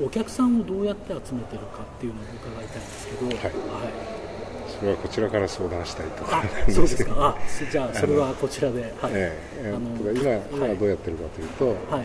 お客さんをどうやって集めてるかっていうのを伺いたいんですけど、はいはい、 それはこちらから相談したいところなんそうですけど、 ですか。じゃあそれはこちらで、はい、 今はどうやってるかというと、はい、あれ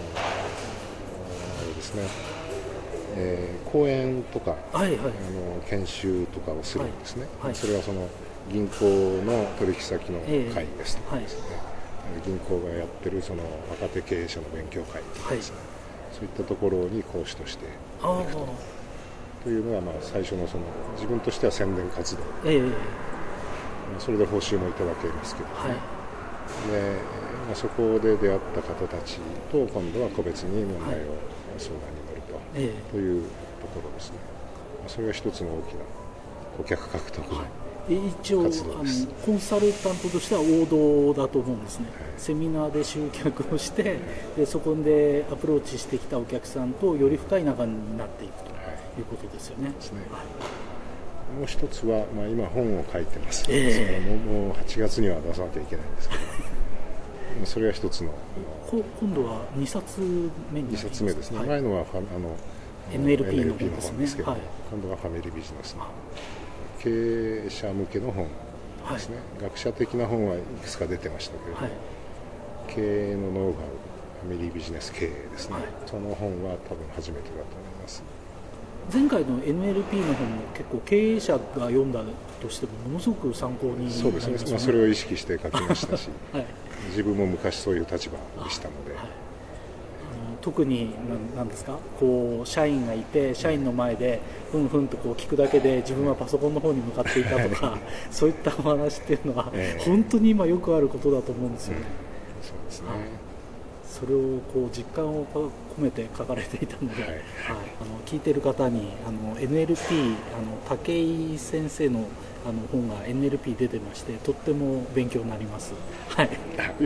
ですね、講演とか、はいはい、研修とかをするんですね、はいはい、それはその銀行の取引先の会ですとかですね、銀行がやってるその若手経営者の勉強会とかですね、そういったところに講師として行くというのは、最初のその自分としては宣伝活動、それで報酬もいただけますけど、はい、でそこで出会った方たちと今度は個別に問題を相談に乗るというところですね。それが一つの大きな顧客獲得の一応コンサルタントとしては王道だと思うんですね、はい、セミナーで集客をして、でそこでアプローチしてきたお客さんとより深い仲になっていくということですよね。 ですね、はい、もう一つは、今本を書いてます、もう8月には出さなきゃいけないんですけどそれは一つの今度は2冊目になります。 2冊目ですね、はい、前のは NLP の本ですけど、はい、今度はファミリービジネスの経営者向けの本ですね、はい、学者的な本はいくつか出てましたけれども、はい、経営のノウハウ、ファミリービジネス経営ですね、はい、その本は多分初めてだと思います。 前回の NLP の本も結構経営者が読んだとしてもものすごく参考になりますね。 そうですね、それを意識して書きましたし、はい、自分も昔そういう立場でしたので、 特に何ですか、こう社員がいて社員の前でふんふんとこう聞くだけで自分はパソコンの方に向かっていたとかそういったお話っていうのは本当に今よくあることだと思うんですよね、 そうですね、 それをこう実感を込めて書かれていたので、聞いている方にNLP 武井先生の本が NLP 出てまして、とっても勉強になります、はい、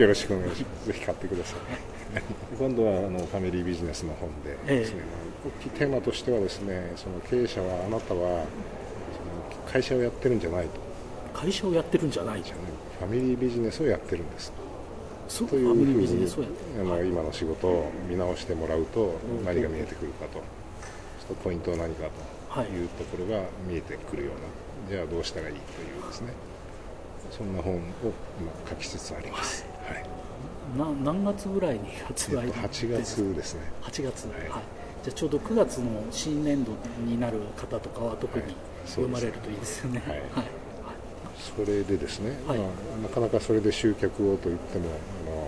よろしくお願いします。ぜひ買ってください今度はファミリービジネスの本でですね、大きいテーマとしてはですね、その経営者はあなたはその会社をやってるんじゃないと、 会社をやってるんじゃない、 ファミリービジネスをやってるんですというふうに今の仕事を見直してもらうと何が見えてくるかと、そのポイントは何かというところが見えてくるような、じゃあどうしたらいいというですね、そんな本を今書きつつあります、はいはい、 何月ぐらいに発売 8月ですね。 8月、はい、じゃあちょうど9月の新年度になる方とかは特に読まれるといいですよね、はいはいはい、 それでですね、なかなかそれで集客をといっても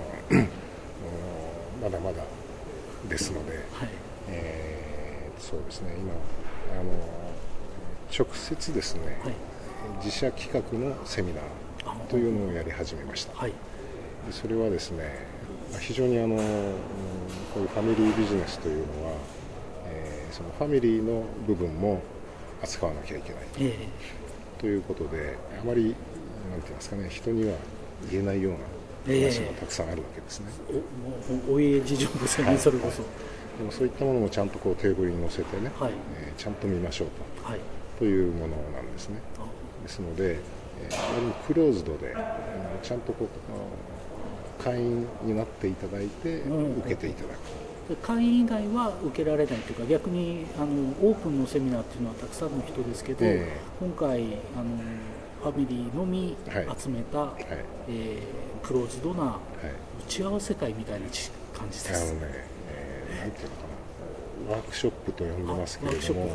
まだまだですので、はい、そうですね、今直接ですね、はい、自社企画のセミナーというのをやり始めました、はい、でそれはですね、非常にこういうファミリービジネスというのは、そのファミリーの部分も扱わなきゃいけない、ということで、あまりなんて言いますかね、人には言えないような話がたくさんあるわけですね、 お家事情ですよね、それこそ、 でもそういったものもちゃんとこうテーブルに載せてね、ちゃんと見ましょうと、というものなんですね。ですので、クローズドでちゃんとこう会員になっていただいて受けていただく、 会員以外は受けられないというか、逆にオープンのセミナーっていうのはたくさんの人ですけど、今回ファミリーのみ集めた、クローズドな打ち合わせ会みたいな感じです。 なんていうのかな、ワークショップと呼んでますけれども、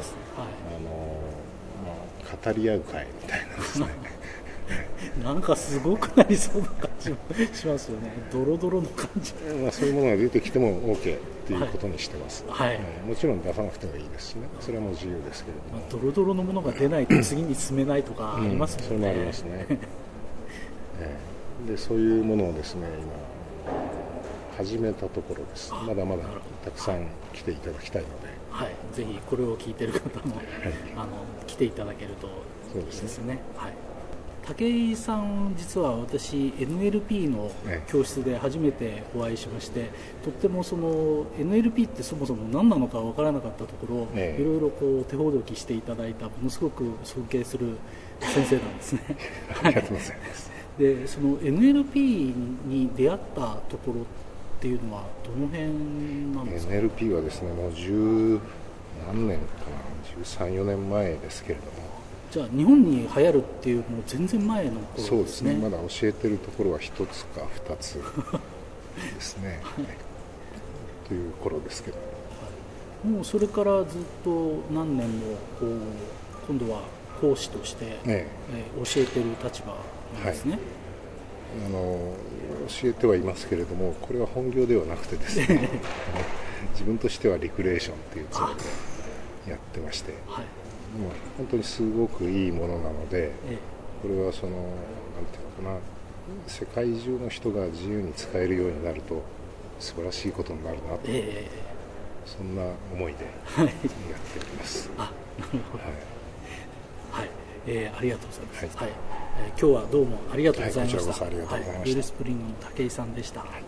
語り合う会みたいなですねなんかすごくなりそうな感じもしますよね、ドロドロの感じ、 そういうものが出てきても OK ということにしてます、もちろん出さなくてもいいですしね、それはもう自由ですけれども、 ドロドロのものが出ないと次に進めないとかありますもんね、 それもありますねでそういうものをですね、今始めたところです。まだまだたくさん来ていただきたいので、はい、 ぜひこれを聞いている方も、来ていただけるといいですね。はい、武井さん、実は私 NLP の教室で初めてお会いしまして、とってもその NLP ってそもそも何なのか分からなかったところ、いろいろこう手ほどきしていただいた、ものすごく尊敬する先生なんですね。 ありがとうございます。 でその NLP に出会ったところっていうのはどの辺なんですか？ NLP はですね、もう10 何年かな、13、14年前ですけれども。 じゃあ日本に流行るっていうもう全然前の頃ですね。 そうですね、まだ教えてるところは1つか2つですね、はい、という頃ですけど、 はい、もうそれからずっと何年もこう今度は講師として、教えてる立場なんですね。はい、 教えてはいますけれども、これは本業ではなくてですね自分としてはリクレーションっていうつもりでやってまして、はい、本当にすごくいいものなので、これはそのなんていうのかな、世界中の人が自由に使えるようになると素晴らしいことになるなと、そんな思いでやっております。 あ、なるほど。はい、ありがとうございます。はい、今日はどうもありがとうございました。 はい、こちらこそありがとうございました。 ウェルスプリングの武井さんでした。はい。